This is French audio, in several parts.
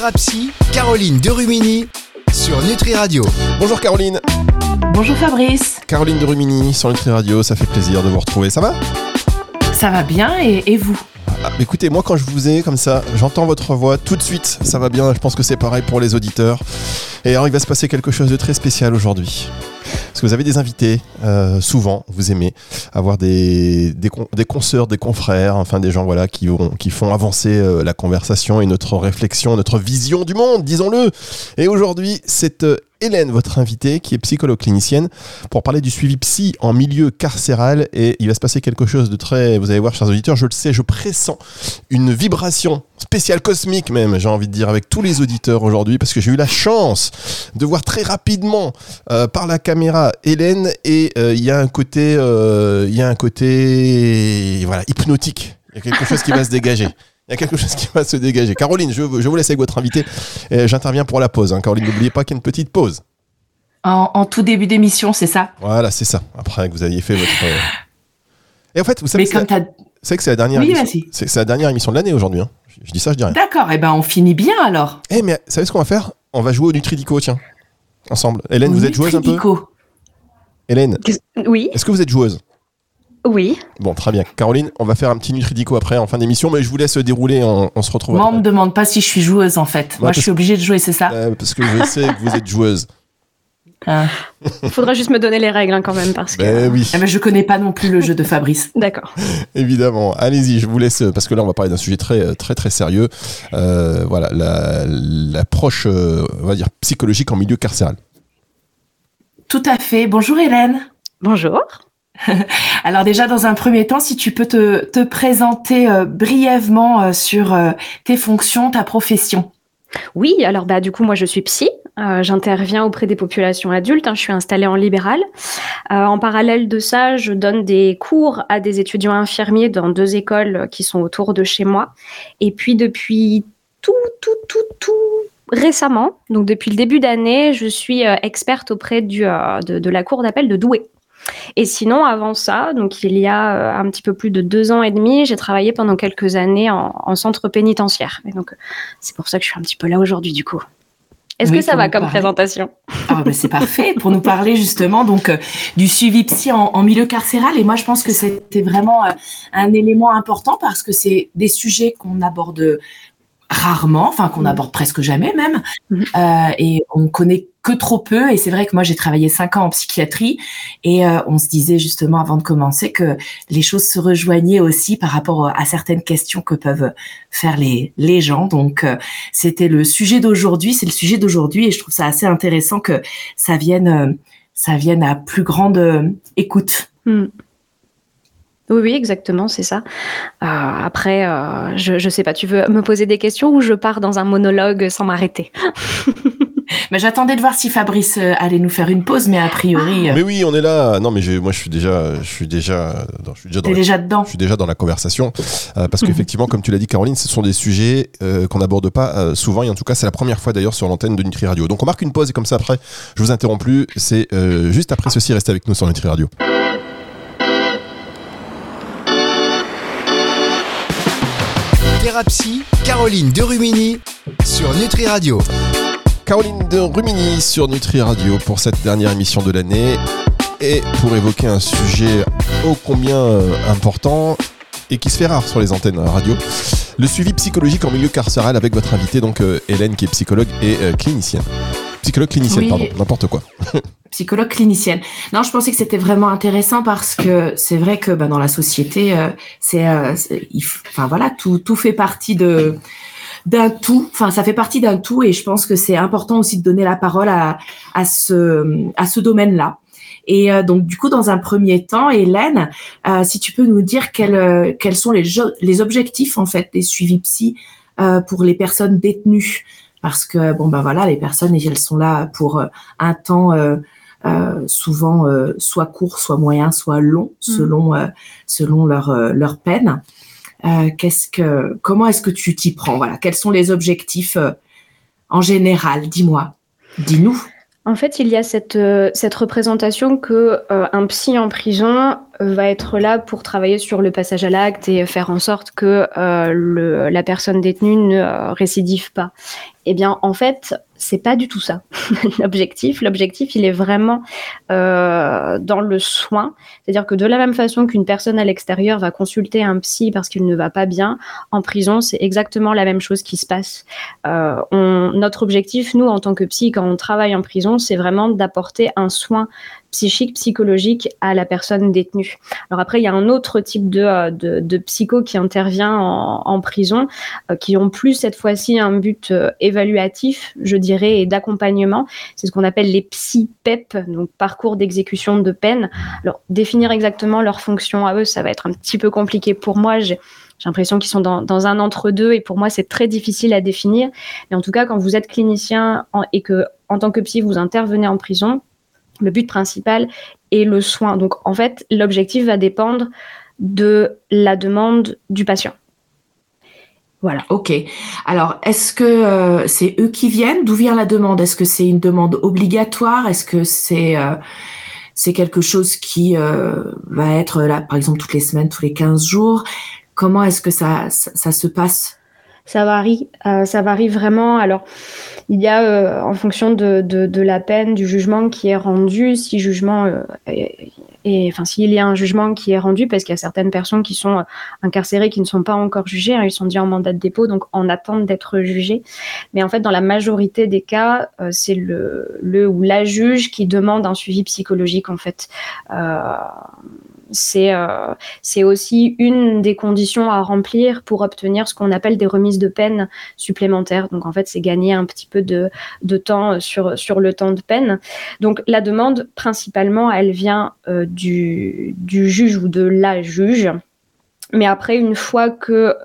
Thérapie, Caroline Derumini sur Nutri Radio. Bonjour Caroline. Bonjour Fabrice. Caroline Derumini sur Nutri Radio, ça fait plaisir de vous retrouver, ça va ? Ça va bien et vous ? Écoutez, moi quand je vous ai comme ça, j'entends votre voix tout de suite, ça va bien, je pense que c'est pareil pour les auditeurs. Et alors il va se passer quelque chose de très spécial aujourd'hui. Parce que vous avez des invités, souvent, vous aimez avoir des consoeurs, des confrères, enfin des gens voilà, qui font avancer la conversation et notre réflexion, notre vision du monde, disons-le. Et aujourd'hui, c'est Hélène, votre invitée, qui est psychologue clinicienne, pour parler du suivi psy en milieu carcéral. Et il va se passer quelque chose de très... Vous allez voir, chers auditeurs, je le sais, je pressens une vibration spéciale, cosmique même, j'ai envie de dire, avec tous les auditeurs aujourd'hui, parce que j'ai eu la chance de voir très rapidement par la caméra Hélène, et il y a un côté voilà, hypnotique. Il y a quelque chose qui va se dégager. Il y a quelque chose qui va se dégager. Caroline, je vous laisse avec votre invité. J'interviens pour la pause. Caroline, n'oubliez pas qu'il y a une petite pause. En tout début d'émission, c'est ça ? Voilà, c'est ça. Après que vous ayez fait votre... Et en fait, vous savez que c'est la dernière émission. C'est la dernière émission de l'année aujourd'hui. Hein. Je dis ça, je dis rien. D'accord, et ben on finit bien alors. Mais vous savez ce qu'on va faire ? On va jouer au Nutridico, tiens. Ensemble. Hélène, vous êtes joueuse un peu ? Hélène, oui. Est-ce que vous êtes joueuse ? Oui. Bon, très bien. Caroline, on va faire un petit Nutridico après, en fin d'émission, mais je vous laisse dérouler, on se retrouve Moi, après. on me demande pas si je suis joueuse, en fait. Moi, je suis obligée de jouer, c'est ça ? Parce que je sais que vous êtes joueuse. Il faudra juste me donner les règles quand même, parce que... oui. Je connais pas non plus le jeu de Fabrice. D'accord. Évidemment. Allez-y, je vous laisse, parce que là, on va parler d'un sujet très, très, très sérieux. Voilà, l'approche, on va dire, psychologique en milieu carcéral. Tout à fait. Bonjour Hélène. Bonjour. Alors déjà, dans un premier temps, si tu peux te présenter brièvement sur tes fonctions, ta profession. Oui, alors du coup, moi je suis psy. J'interviens auprès des populations adultes. Je suis installée en libéral. En parallèle de ça, je donne des cours à des étudiants infirmiers dans 2 écoles qui sont autour de chez moi. Et puis depuis tout récemment, donc depuis le début d'année, je suis experte auprès de la cour d'appel de Douai. Et sinon, avant ça, donc il y a un petit peu plus de 2 ans et demi, j'ai travaillé pendant quelques années en centre pénitentiaire. Et donc, c'est pour ça que je suis un petit peu là aujourd'hui, du coup. Est-ce que ça va comme présentation ? C'est parfait pour nous parler justement donc du suivi psy en milieu carcéral. Et moi, je pense que c'était vraiment un élément important parce que c'est des sujets qu'on aborde rarement, enfin qu'on aborde presque jamais même, et on connaît que trop peu. Et c'est vrai que moi j'ai travaillé 5 ans en psychiatrie et on se disait justement avant de commencer que les choses se rejoignaient aussi par rapport à certaines questions que peuvent faire les gens. Donc c'était le sujet d'aujourd'hui, c'est le sujet d'aujourd'hui et je trouve ça assez intéressant que ça vienne à plus grande écoute. Oui, exactement, c'est ça. Après, je sais pas, tu veux me poser des questions ou je pars dans un monologue sans m'arrêter ? Mais j'attendais de voir si Fabrice allait nous faire une pause, mais a priori... Mais oui, on est là. Non, mais moi, je suis déjà dans la conversation. Parce qu'effectivement, comme tu l'as dit, Caroline, ce sont des sujets qu'on n'aborde pas souvent. Et en tout cas, c'est la première fois d'ailleurs sur l'antenne de Nutri Radio. Donc, on marque une pause et comme ça, après, je vous interromps plus. C'est juste après ceci, restez avec nous sur Nutri Radio. Thérapie, Caroline Derumini sur Nutri Radio. Caroline Derumini sur Nutri Radio pour cette dernière émission de l'année et pour évoquer un sujet ô combien important et qui se fait rare sur les antennes radio, le suivi psychologique en milieu carcéral avec votre invitée donc Hélène qui est psychologue et clinicienne. Psychologue clinicienne, oui. Pardon, n'importe quoi. Psychologue clinicienne. Non, je pensais que c'était vraiment intéressant parce que c'est vrai que dans la société, tout fait partie d'un tout. Enfin, ça fait partie d'un tout et je pense que c'est important aussi de donner la parole à ce domaine-là. Et donc du coup, dans un premier temps, Hélène, si tu peux nous dire quels sont les objectifs en fait des suivis psy pour les personnes détenues. Parce que les personnes elles sont là pour un temps souvent soit court, soit moyen, soit long, selon leur peine. Comment est-ce que tu t'y prends ? Voilà, quels sont les objectifs en général ? Dis-nous. En fait, il y a cette représentation que un psy en prison va être là pour travailler sur le passage à l'acte et faire en sorte que la personne détenue ne récidive pas. Eh bien, en fait, c'est pas du tout ça. L'objectif, il est vraiment dans le soin. C'est-à-dire que de la même façon qu'une personne à l'extérieur va consulter un psy parce qu'il ne va pas bien, en prison, c'est exactement la même chose qui se passe. Notre objectif, nous, en tant que psy, quand on travaille en prison, c'est vraiment d'apporter un soin psychique, psychologique à la personne détenue. Alors après, il y a un autre type de psycho qui intervient en prison, qui ont plus cette fois-ci un but évaluatif, je dirais, et d'accompagnement. C'est ce qu'on appelle les psy-PEP, donc parcours d'exécution de peine. Alors, définir exactement leur fonction à eux, ça va être un petit peu compliqué pour moi. J'ai l'impression qu'ils sont dans un entre-deux et pour moi, c'est très difficile à définir. Mais en tout cas, quand vous êtes clinicien et que, en tant que psy, vous intervenez en prison, le but principal est le soin. Donc, en fait, l'objectif va dépendre de la demande du patient. Voilà. Ok. Alors, est-ce que c'est eux qui viennent? D'où vient la demande? Est-ce que c'est une demande obligatoire? Est-ce que c'est quelque chose qui va être là, par exemple, toutes les semaines, tous les 15 jours? Comment est-ce que ça se passe? Ça varie vraiment. Alors, il y a, en fonction de la peine, du jugement qui est rendu, s'il y a un jugement qui est rendu, parce qu'il y a certaines personnes qui sont incarcérées, qui ne sont pas encore jugées, hein, ils sont déjà en mandat de dépôt, donc en attente d'être jugés. Mais en fait, dans la majorité des cas, c'est le ou la juge qui demande un suivi psychologique, en fait. C'est aussi une des conditions à remplir pour obtenir ce qu'on appelle des remises de peine supplémentaires. Donc en fait, c'est gagner un petit peu de temps sur le temps de peine. Donc la demande, principalement, elle vient du juge ou de la juge. Mais après, une fois que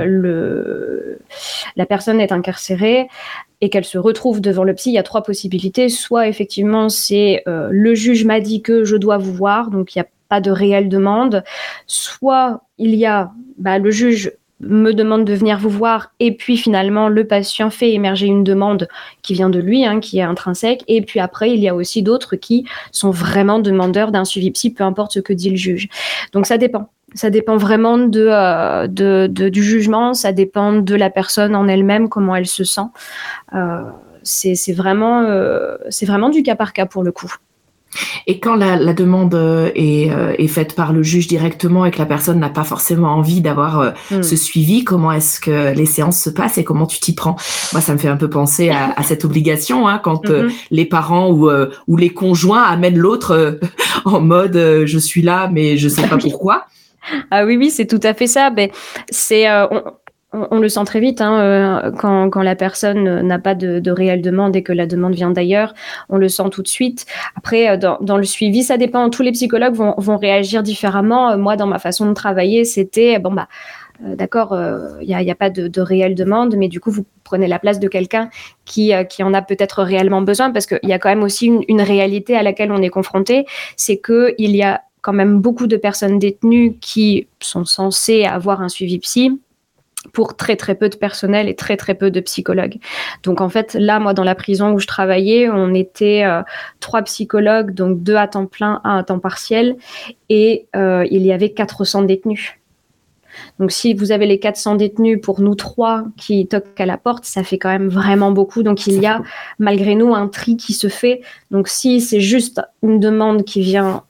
la personne est incarcérée et qu'elle se retrouve devant le psy, il y a 3 possibilités. Soit effectivement, c'est le juge m'a dit que je dois vous voir, donc il n'y a pas de réelle demande. Soit il y a le juge me demande de venir vous voir et puis finalement le patient fait émerger une demande qui vient de lui, qui est intrinsèque. Et puis après, il y a aussi d'autres qui sont vraiment demandeurs d'un suivi psy, peu importe ce que dit le juge. Donc ça dépend. Ça dépend vraiment du jugement, ça dépend de la personne en elle-même, comment elle se sent. C'est vraiment du cas par cas pour le coup. Et quand la demande est faite par le juge directement et que la personne n'a pas forcément envie d'avoir ce suivi, comment est-ce que les séances se passent et comment tu t'y prends? Moi, ça me fait un peu penser à cette obligation quand les parents ou les conjoints amènent l'autre en mode je suis là mais je sais pas pourquoi. Ah oui, c'est tout à fait ça. Ben, on le sent très vite quand la personne n'a pas de réelle demande et que la demande vient d'ailleurs, on le sent tout de suite. Après, dans le suivi, ça dépend. Tous les psychologues vont réagir différemment. Moi, dans ma façon de travailler, c'était d'accord, il y a pas de réelle demande, mais du coup, vous prenez la place de quelqu'un qui en a peut-être réellement besoin, parce qu'il y a quand même aussi une réalité à laquelle on est confronté, c'est que il y a quand même beaucoup de personnes détenues qui sont censées avoir un suivi psy pour très très peu de personnel et très très peu de psychologues. Donc en fait, là, moi, dans la prison où je travaillais, on était 3 psychologues, donc 2 à temps plein, 1 à temps partiel, et il y avait 400 détenus. Donc si vous avez les 400 détenus pour nous 3 qui toquent à la porte, ça fait quand même vraiment beaucoup. Donc il y a malgré nous un tri qui se fait. Donc si c'est juste une demande qui vient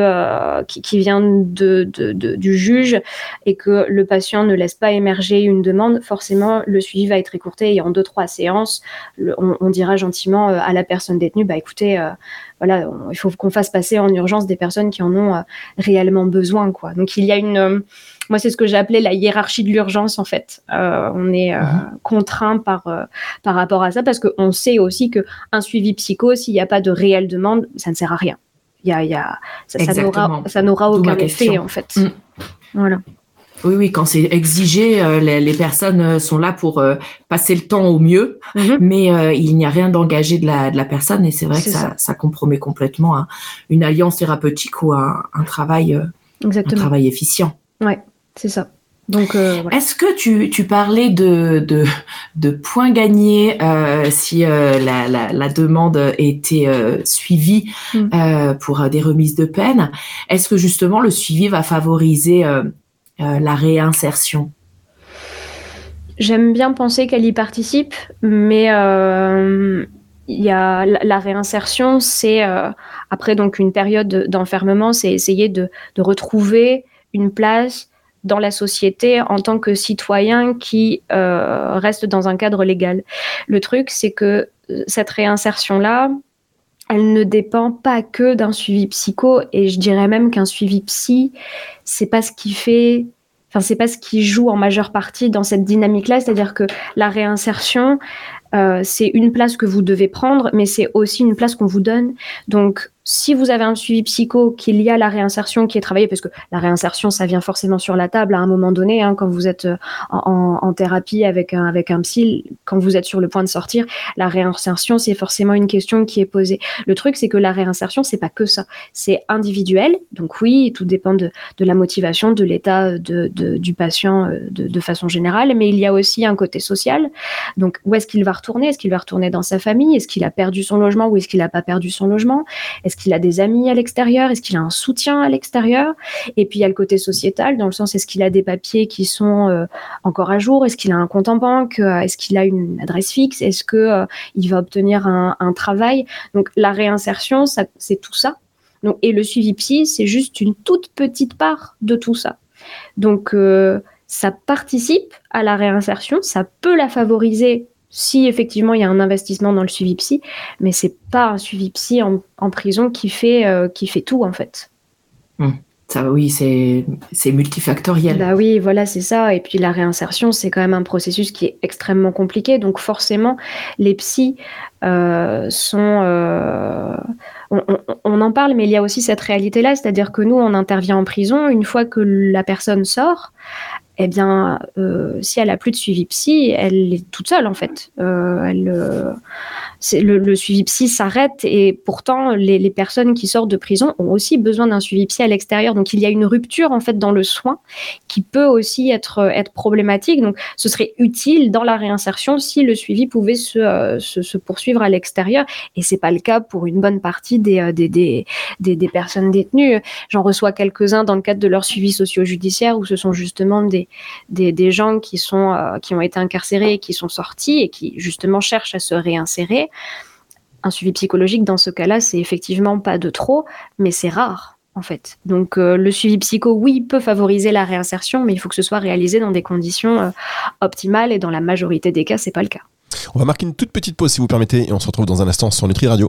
du juge et que le patient ne laisse pas émerger une demande, forcément le suivi va être écourté et en 2-3 séances, on dira gentiment à la personne détenue, écoutez, voilà, il faut qu'on fasse passer en urgence des personnes qui en ont réellement besoin, quoi. Donc il y a moi, c'est ce que j'ai appelé la hiérarchie de l'urgence, en fait. On est contraint par rapport à ça, parce qu'on sait aussi qu'un suivi psycho, s'il n'y a pas de réelle demande, ça ne sert à rien. Ça n'aura aucun effet, en fait. Voilà. Oui, quand c'est exigé, les personnes sont là pour passer le temps au mieux, mais il n'y a rien d'engagé de la personne, et c'est vrai que ça compromet complètement une alliance thérapeutique ou un travail efficient. Ouais, c'est ça. Donc, voilà. Est-ce que tu parlais de points gagnés si la demande était suivie pour des remises de peine? Est-ce que justement le suivi va favoriser la réinsertion? J'aime bien penser qu'elle y participe, mais il y a la réinsertion, c'est après donc une période d'enfermement, c'est essayer de retrouver une place dans la société en tant que citoyen qui reste dans un cadre légal. Le truc, c'est que cette réinsertion-là, elle ne dépend pas que d'un suivi psycho, et je dirais même qu'un suivi psy, c'est pas ce qui fait... Enfin, c'est pas ce qui joue en majeure partie dans cette dynamique-là, c'est-à-dire que la réinsertion, c'est une place que vous devez prendre, mais c'est aussi une place qu'on vous donne. Donc, si vous avez un suivi psycho, qu'il y a la réinsertion qui est travaillée, parce que la réinsertion, ça vient forcément sur la table à un moment donné, hein, quand vous êtes en thérapie avec un psy, quand vous êtes sur le point de sortir, la réinsertion, c'est forcément une question qui est posée. Le truc, c'est que la réinsertion, c'est pas que ça. C'est individuel. Donc oui, tout dépend de la motivation, de l'état du patient de façon générale, mais il y a aussi un côté social. Donc, où est-ce qu'il va retourner? Est-ce qu'il va retourner dans sa famille? Est-ce qu'il a perdu son logement ou est-ce qu'il n'a pas perdu son logement? Est-ce qu'il a des amis à l'extérieur? Est-ce qu'il a un soutien à l'extérieur? Et puis, il y a le côté sociétal, dans le sens, est-ce qu'il a des papiers qui sont encore à jour? Est-ce qu'il a un compte en banque? Est-ce qu'il a une adresse fixe? Est-ce qu'il va obtenir un travail? Donc, la réinsertion, ça, c'est tout ça. Donc, et le suivi psy, c'est juste une toute petite part de tout ça. Donc, ça participe à la réinsertion, ça peut la favoriser si effectivement il y a un investissement dans le suivi psy, mais c'est pas un suivi psy en prison qui fait tout en fait. Ça, oui, c'est multifactoriel. Bah oui, voilà, c'est ça. Et puis la réinsertion, c'est quand même un processus qui est extrêmement compliqué. Donc forcément, les psys sont... on en parle, mais il y a aussi cette réalité-là, c'est-à-dire que nous, on intervient en prison. Une fois que la personne sort, eh bien, si elle a plus de suivi psy, elle est toute seule en fait. Le suivi psy s'arrête, et pourtant les personnes qui sortent de prison ont aussi besoin d'un suivi psy à l'extérieur. Donc il y a une rupture en fait dans le soin qui peut aussi être problématique. Donc ce serait utile dans la réinsertion si le suivi pouvait se poursuivre à l'extérieur, et c'est pas le cas pour une bonne partie des personnes détenues. J'en reçois quelques-uns dans le cadre de leur suivi socio-judiciaire où ce sont justement des gens qui ont été incarcérés et qui sont sortis et qui justement cherchent à se réinsérer. Un suivi psychologique dans ce cas-là, c'est effectivement pas de trop, mais c'est rare en fait. Donc le suivi psycho, oui, peut favoriser la réinsertion, mais il faut que ce soit réalisé dans des conditions optimales, et dans la majorité des cas, c'est pas le cas. On va marquer une toute petite pause si vous permettez, et on se retrouve dans un instant sur Nutri Radio.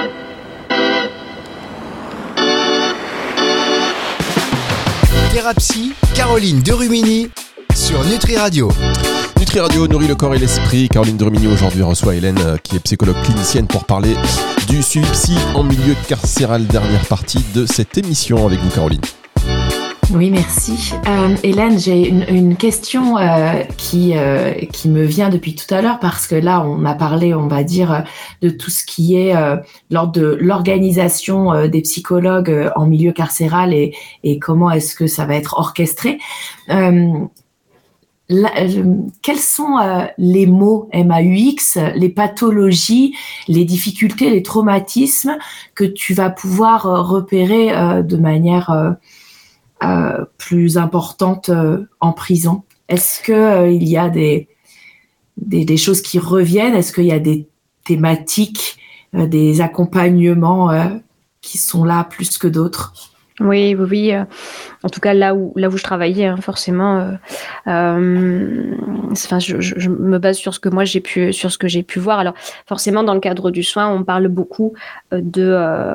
Thérapie, Caroline Derumini sur Nutri Radio. Nutri Radio nourrit le corps et l'esprit. Caroline Derumini aujourd'hui reçoit Hélène, qui est psychologue clinicienne, pour parler du suivi psy en milieu carcéral. Dernière partie de cette émission avec vous, Caroline. Oui, merci. Hélène, j'ai une question qui me vient depuis tout à l'heure, parce que là, on a parlé, on va dire, de tout ce qui est lors de l'organisation des psychologues en milieu carcéral, et comment est-ce que ça va être orchestré. Quels sont les maux MAUX, les pathologies, les difficultés, les traumatismes que tu vas pouvoir repérer de manière plus importante en prison? Est-ce que il y a des choses qui reviennent? Est-ce qu'il y a des thématiques, des accompagnements qui sont là plus que d'autres? Oui. En tout cas, là où je travaillais, hein, forcément, je me base sur ce que j'ai pu voir. Alors, forcément, dans le cadre du soin, on parle beaucoup du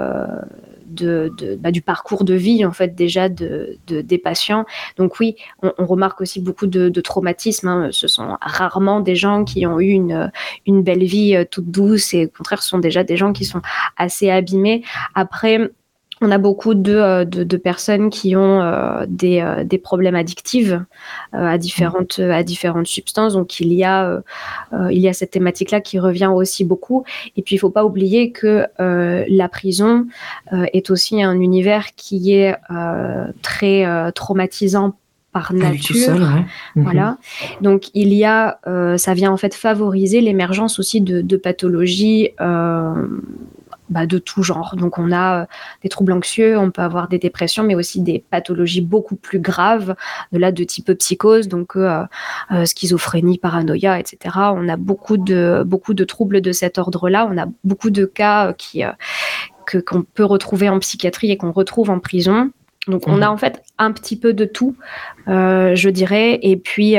parcours de vie en fait déjà des patients. Donc oui, on remarque aussi beaucoup de traumatismes, hein. Ce sont rarement des gens qui ont eu une belle vie toute douce, et au contraire, ce sont déjà des gens qui sont assez abîmés. Après, on a beaucoup de personnes qui ont des problèmes addictifs à différentes substances. Donc il y a cette thématique-là qui revient aussi beaucoup. Et puis il ne faut pas oublier que la prison est aussi un univers qui est très traumatisant par À lui tout nature. seul, ouais. Voilà. Donc, ça vient en fait favoriser l'émergence aussi de pathologies de tout genre. Donc, on a des troubles anxieux, on peut avoir des dépressions, mais aussi des pathologies beaucoup plus graves, de type psychose, donc schizophrénie, paranoïa, etc. On a beaucoup de troubles de cet ordre-là. On a beaucoup de cas qu'on peut retrouver en psychiatrie et qu'on retrouve en prison. Donc, on a en fait un petit peu de tout, je dirais. Et puis,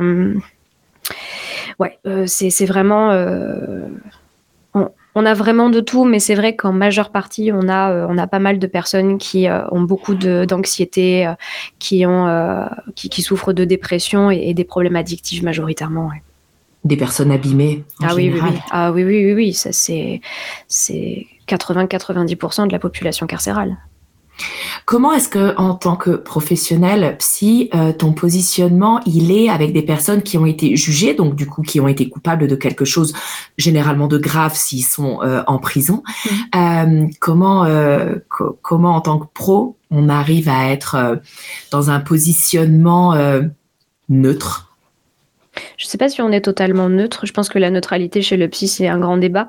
c'est vraiment... on a vraiment de tout, mais c'est vrai qu'en majeure partie, on a pas mal de personnes qui ont beaucoup d'anxiété, qui souffrent de dépression et des problèmes addictifs majoritairement. Ouais. Des personnes abîmées en général. Oui. Ça, c'est 80-90% de la population carcérale. Comment est-ce que, en tant que professionnel psy, ton positionnement, il est avec des personnes qui ont été jugées, donc du coup qui ont été coupables de quelque chose, généralement de grave s'ils sont en prison. Comment en tant que pro, on arrive à être dans un positionnement neutre? Je ne sais pas si on est totalement neutre. Je pense que la neutralité chez le psy, c'est un grand débat.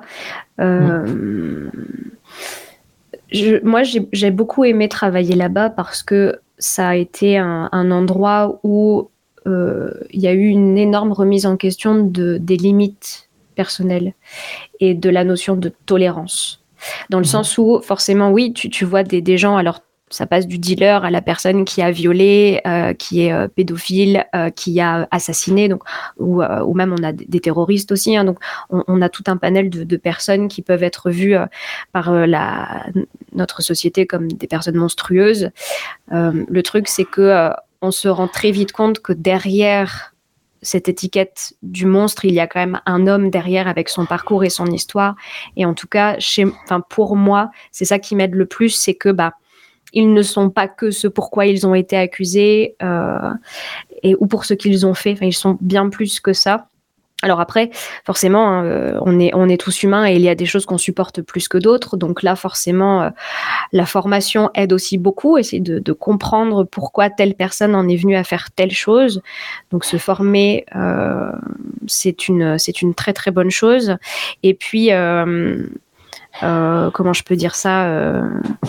Moi, j'ai beaucoup aimé travailler là-bas parce que ça a été un endroit où il y a eu une énorme remise en question des limites personnelles et de la notion de tolérance. Dans le sens où, forcément, oui, tu vois des gens, alors ça passe du dealer à la personne qui a violé, qui est pédophile, qui a assassiné, donc, ou même on a des terroristes aussi. Hein, donc on a tout un panel de personnes qui peuvent être vues par notre société comme des personnes monstrueuses. Le truc, c'est que on se rend très vite compte que derrière cette étiquette du monstre, il y a quand même un homme derrière avec son parcours et son histoire. Et en tout cas, pour moi, c'est ça qui m'aide le plus, c'est que ils ne sont pas que ce pourquoi ils ont été accusés ou pour ce qu'ils ont fait. Enfin, ils sont bien plus que ça. Alors après, forcément, on est tous humains et il y a des choses qu'on supporte plus que d'autres. Donc là, forcément, la formation aide aussi beaucoup. Essayer de comprendre pourquoi telle personne en est venue à faire telle chose. Donc se former, c'est une très très bonne chose. Et puis, comment je peux dire ça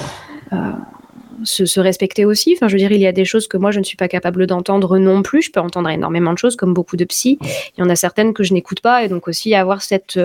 se respecter aussi. Enfin, je veux dire, il y a des choses que moi, je ne suis pas capable d'entendre non plus. Je peux entendre énormément de choses, comme beaucoup de psy. Il y en a certaines que je n'écoute pas. Et donc aussi avoir cette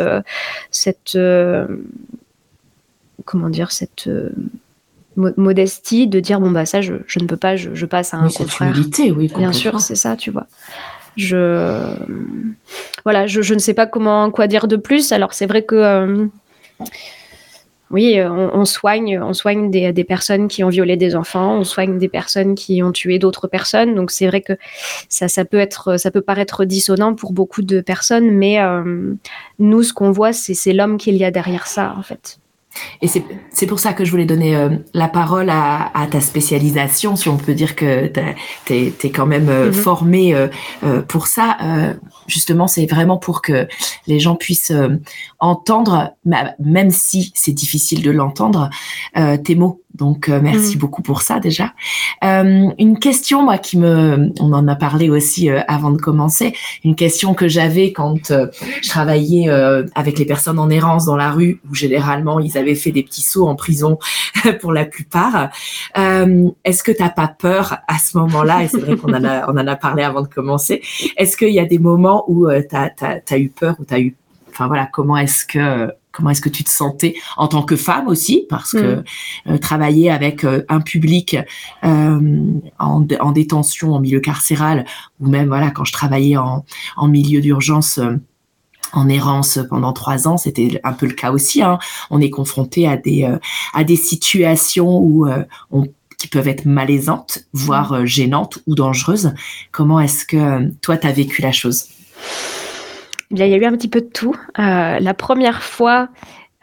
modestie de dire, ça, je ne peux pas, je passe à un confrère. Cette humilité, oui, complètement. Bien sûr, c'est ça, tu vois. Je ne sais pas quoi dire de plus. Alors, c'est vrai que... oui, on soigne des personnes qui ont violé des enfants, on soigne des personnes qui ont tué d'autres personnes. Donc c'est vrai que ça peut paraître dissonant pour beaucoup de personnes, mais nous, ce qu'on voit, c'est l'homme qu'il y a derrière ça, en fait. Et c'est pour ça que je voulais donner la parole à ta spécialisation, si on peut dire que t'es quand même formée pour ça. Justement, c'est vraiment pour que les gens puissent entendre, même si c'est difficile de l'entendre, tes mots. Donc, merci beaucoup pour ça déjà. Une question, moi, on en a parlé aussi avant de commencer, une question que j'avais quand je travaillais avec les personnes en errance dans la rue, où généralement, ils avaient fait des petits sauts en prison pour la plupart. Est-ce que t'as pas peur à ce moment-là? Et c'est vrai qu'on en a parlé avant de commencer. Est-ce qu'il y a des moments où t'as eu peur, ou comment est-ce que tu te sentais en tant que femme aussi, parce que travailler avec un public en détention, en milieu carcéral, ou même quand je travaillais en milieu d'urgence en errance pendant 3 ans, c'était un peu le cas aussi. Hein. On est confronté à des situations qui peuvent être malaisantes, voire gênantes ou dangereuses. Comment est-ce que toi, tu as vécu la chose ? Il y a eu un petit peu de tout. La première fois,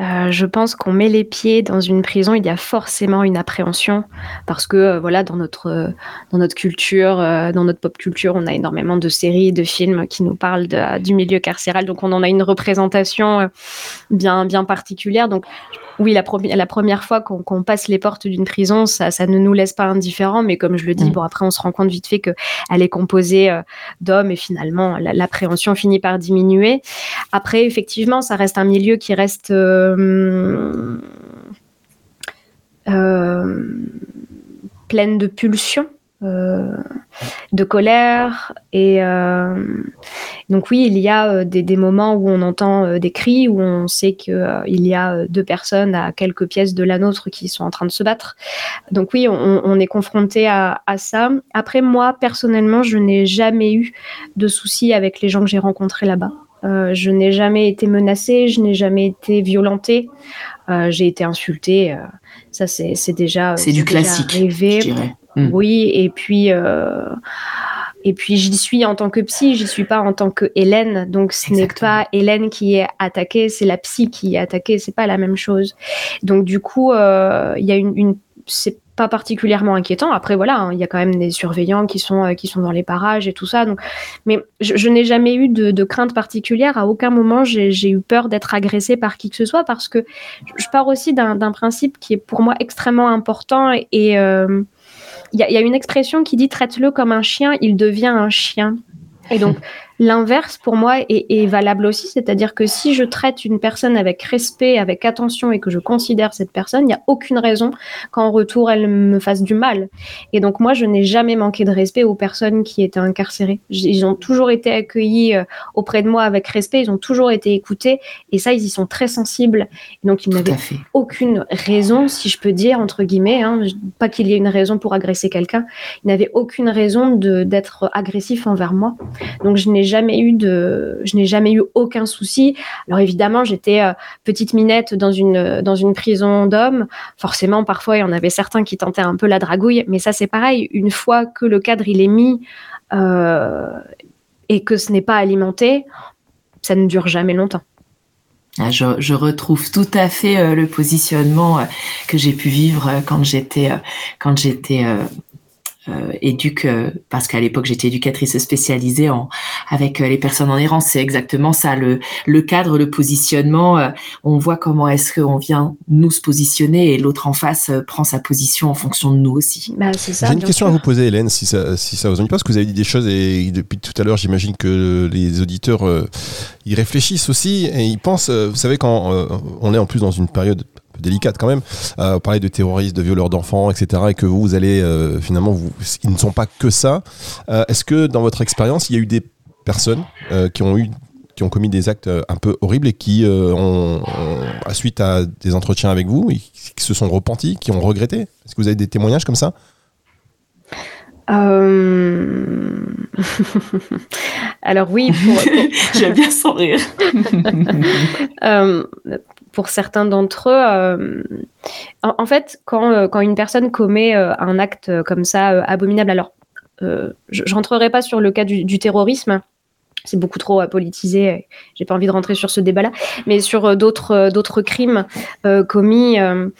Je pense qu'on met les pieds dans une prison, il y a forcément une appréhension parce que voilà, dans notre culture, dans notre pop culture, on a énormément de séries, de films qui nous parlent du milieu carcéral, donc on en a une représentation bien particulière. Donc oui, la première fois qu'on passe les portes d'une prison, ça ne nous laisse pas indifférents, mais comme je le dis, bon, après on se rend compte vite fait qu'elle est composée d'hommes et finalement l'appréhension finit par diminuer. Après, effectivement, ça reste un milieu qui reste pleine de pulsions, de colère et donc oui, il y a des moments où on entend des cris, où on sait qu'il y a deux personnes à quelques pièces de la nôtre qui sont en train de se battre. Donc oui, on est confronté à ça. Après, moi, personnellement, je n'ai jamais eu de soucis avec les gens que j'ai rencontrés là-bas. Je n'ai jamais été menacée, je n'ai jamais été violentée. J'ai été insultée. Ça, c'est déjà... C'est du classique, arrivé. Je dirais. Oui, et puis j'y suis en tant que psy, j'y suis pas en tant que Hélène. Donc ce n'est pas Hélène qui est attaquée, c'est la psy qui est attaquée. C'est pas la même chose. Donc du coup, il y a c'est pas particulièrement inquiétant. Après voilà, il y a quand même des surveillants qui sont dans les parages et tout ça. Donc, mais je n'ai jamais eu de crainte particulière. À aucun moment j'ai eu peur d'être agressée par qui que ce soit, parce que je pars aussi d'un principe qui est pour moi extrêmement important et il y a une expression qui dit « traite-le comme un chien, il devient un chien ». Et donc, l'inverse, pour moi, est valable aussi. C'est-à-dire que si je traite une personne avec respect, avec attention et que je considère cette personne, il n'y a aucune raison qu'en retour, elle me fasse du mal. Et donc, moi, je n'ai jamais manqué de respect aux personnes qui étaient incarcérées. Ils ont toujours été accueillis auprès de moi avec respect. Ils ont toujours été écoutés. Et ça, ils y sont très sensibles. Et donc, ils n'avaient aucune raison, si je peux dire, entre guillemets, pas qu'il y ait une raison pour agresser quelqu'un. Ils n'avaient aucune raison d'être agressifs envers moi. Donc, je n'ai jamais eu aucun souci. Alors évidemment, j'étais petite minette dans une prison d'hommes. Forcément, parfois, il y en avait certains qui tentaient un peu la dragouille, mais ça, c'est pareil. Une fois que le cadre il est mis et que ce n'est pas alimenté, ça ne dure jamais longtemps. Je retrouve tout à fait le positionnement que j'ai pu vivre quand j'étais parce qu'à l'époque j'étais éducatrice spécialisée avec les personnes en errance. C'est exactement ça, le cadre, le positionnement. On voit comment est-ce qu'on vient nous se positionner et l'autre en face prend sa position en fonction de nous aussi. C'est ça. J'ai une question à vous poser, Hélène, si ça vous ennuie pas, parce que vous avez dit des choses et depuis tout à l'heure, j'imagine que les auditeurs ils réfléchissent aussi et ils pensent. Vous savez, quand on est en plus dans une période délicate quand même, parler de terroristes, de violeurs d'enfants, etc., et que vous allez finalement, ils ne sont pas que ça. Est-ce que dans votre expérience, il y a eu des personnes qui ont commis des actes un peu horribles et qui suite à des entretiens avec vous, qui se sont repentis, qui ont regretté? Est-ce que vous avez des témoignages comme ça? Alors oui, j'aime bien son rire. Pour certains d'entre eux, en fait, quand une personne commet un acte comme ça abominable, alors je rentrerai pas sur le cas du terrorisme, c'est beaucoup trop politisé, j'ai pas envie de rentrer sur ce débat-là, mais sur d'autres crimes commis,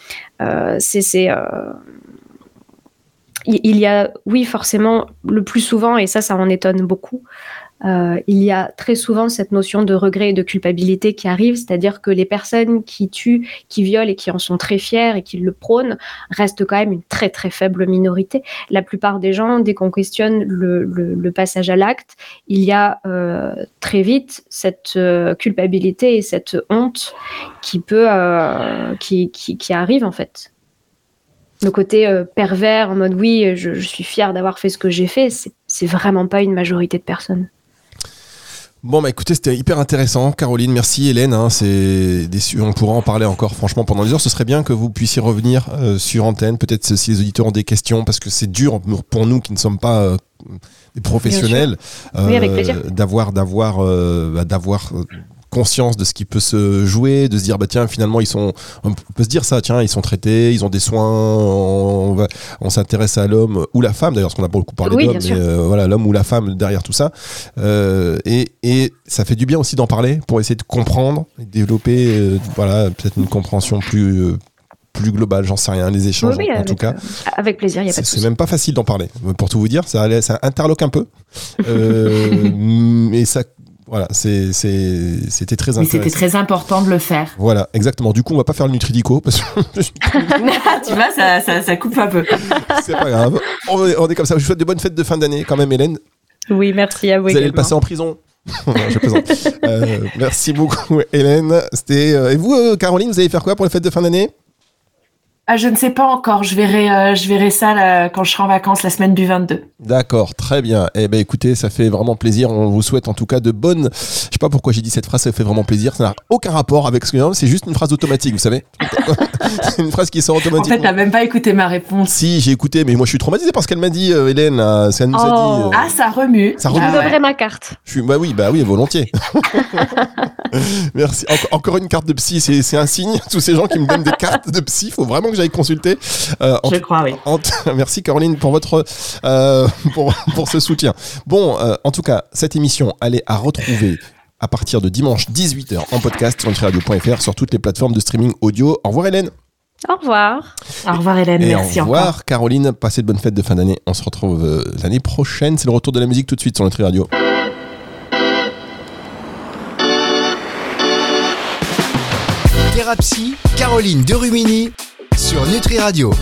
il y a, oui, forcément, le plus souvent, et ça en étonne beaucoup, il y a très souvent cette notion de regret et de culpabilité qui arrive, c'est-à-dire que les personnes qui tuent, qui violent et qui en sont très fiers et qui le prônent restent quand même une très très faible minorité. La plupart des gens, dès qu'on questionne le passage à l'acte, il y a très vite cette culpabilité et cette honte qui arrive en fait. Le côté pervers en mode oui, je suis fière d'avoir fait ce que j'ai fait, c'est vraiment pas une majorité de personnes. Bon écoutez, c'était hyper intéressant, Caroline, merci Hélène, on pourra en parler encore franchement pendant des heures. Ce serait bien que vous puissiez revenir sur antenne, peut-être si les auditeurs ont des questions, parce que c'est dur pour nous qui ne sommes pas des professionnels, oui, avec plaisir. d'avoir conscience de ce qui peut se jouer, de se dire bah tiens finalement on peut se dire ça, tiens ils sont traités, ils ont des soins, on s'intéresse à l'homme ou la femme d'ailleurs, parce qu'on a beaucoup parlé d'homme, mais voilà, l'homme ou la femme derrière tout ça, et ça fait du bien aussi d'en parler pour essayer de comprendre, développer voilà peut-être une compréhension plus globale, j'en sais rien, les échanges en tout cas. Avec plaisir, il n'y a pas de souci. C'est même pas facile d'en parler, pour tout vous dire, ça interloque un peu. Et ça, voilà, c'était très intéressant. Mais c'était très important de le faire. Voilà, exactement. Du coup, on va pas faire le Nutridico parce que tu vois, ça coupe un peu. C'est pas grave. On est comme ça. Je vous souhaite de bonnes fêtes de fin d'année quand même, Hélène. Oui, merci à vous. Vous allez le passer en prison. Non, je plaisante. Merci beaucoup, Hélène. Et vous, Caroline, vous allez faire quoi pour les fêtes de fin d'année? Je ne sais pas encore. Je verrai ça là, quand je serai en vacances la semaine du 22. D'accord, très bien. Eh ben, écoutez, ça fait vraiment plaisir. On vous souhaite en tout cas de bonnes. Je sais pas pourquoi j'ai dit cette phrase. Ça fait vraiment plaisir. Ça n'a aucun rapport avec ce que c'est juste une phrase automatique, vous savez. C'est une phrase qui sort automatiquement. En fait, t'as même pas écouté ma réponse. Si, j'ai écouté, mais moi je suis traumatisé par ce qu'elle m'a dit, Hélène. Ce qu'elle nous a dit. Ah, ça remue. Ça remue. Je vous donnerai ma carte. Bah oui, volontiers. Merci. Encore une carte de psy, c'est un signe. Tous ces gens qui me donnent des cartes de psy, il faut vraiment que j'aille consulter. Je crois, oui. Merci Caroline pour votre pour ce soutien. Bon, en tout cas, cette émission, elle est à retrouver à partir de dimanche 18h en podcast sur nutriradio.fr, sur toutes les plateformes de streaming audio. Au revoir Hélène. Au revoir. Au revoir Hélène, merci encore. Au revoir encore. Caroline, passez de bonnes fêtes de fin d'année. On se retrouve l'année prochaine. C'est le retour de la musique tout de suite sur Nutri Radio. Thérapie, Caroline Derumini sur Nutri Radio.